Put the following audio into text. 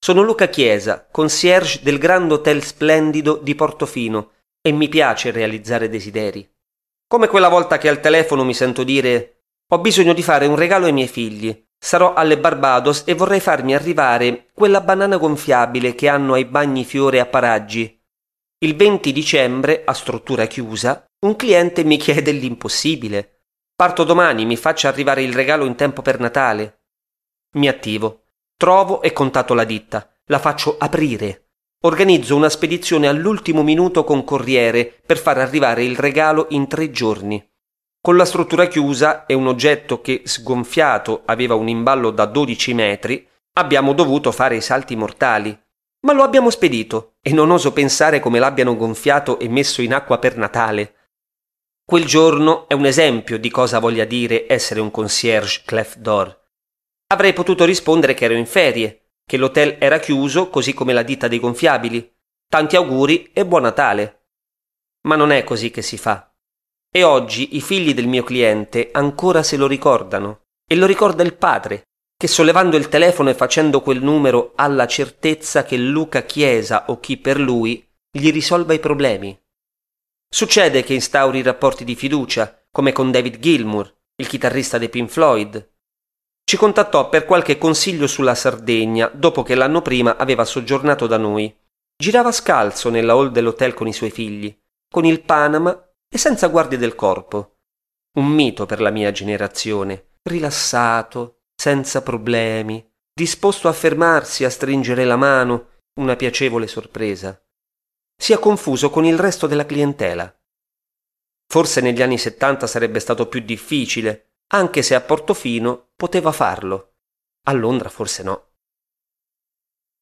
Sono Luca Chiesa, concierge del Grand Hotel Splendido di Portofino e mi piace realizzare desideri. Come quella volta che al telefono mi sento dire: ho bisogno di fare un regalo ai miei figli. Sarò alle Barbados e vorrei farmi arrivare quella banana gonfiabile che hanno ai bagni Fiore a Paraggi. Il 20 dicembre, a struttura chiusa, un cliente mi chiede l'impossibile. Parto domani, mi faccia arrivare il regalo in tempo per Natale. Mi attivo, trovo e contatto la ditta, la faccio aprire. Organizzo una spedizione all'ultimo minuto con corriere per far arrivare il regalo in 3 giorni. Con la struttura chiusa e un oggetto che, sgonfiato, aveva un imballo da 12 metri, abbiamo dovuto fare i salti mortali. Ma lo abbiamo spedito e non oso pensare come l'abbiano gonfiato e messo in acqua per Natale. Quel giorno è un esempio di cosa voglia dire essere un concierge Clef d'Or. Avrei potuto rispondere che ero in ferie, che l'hotel era chiuso così come la ditta dei gonfiabili. Tanti auguri e buon Natale. Ma non è così che si fa. E oggi i figli del mio cliente ancora se lo ricordano, e lo ricorda il padre, che sollevando il telefono e facendo quel numero ha la certezza che Luca Chiesa o chi per lui gli risolva i problemi. Succede che instauri rapporti di fiducia, come con David Gilmour, il chitarrista dei Pink Floyd. Ci contattò per qualche consiglio sulla Sardegna dopo che l'anno prima aveva soggiornato da noi. Girava scalzo nella hall dell'hotel con i suoi figli, con il Panama e senza guardie del corpo. Un mito per la mia generazione, rilassato, senza problemi, disposto a fermarsi a stringere la mano, una piacevole sorpresa. Si è confuso con il resto della clientela. Forse negli anni 70 sarebbe stato più difficile, anche se a Portofino poteva farlo. A Londra forse no.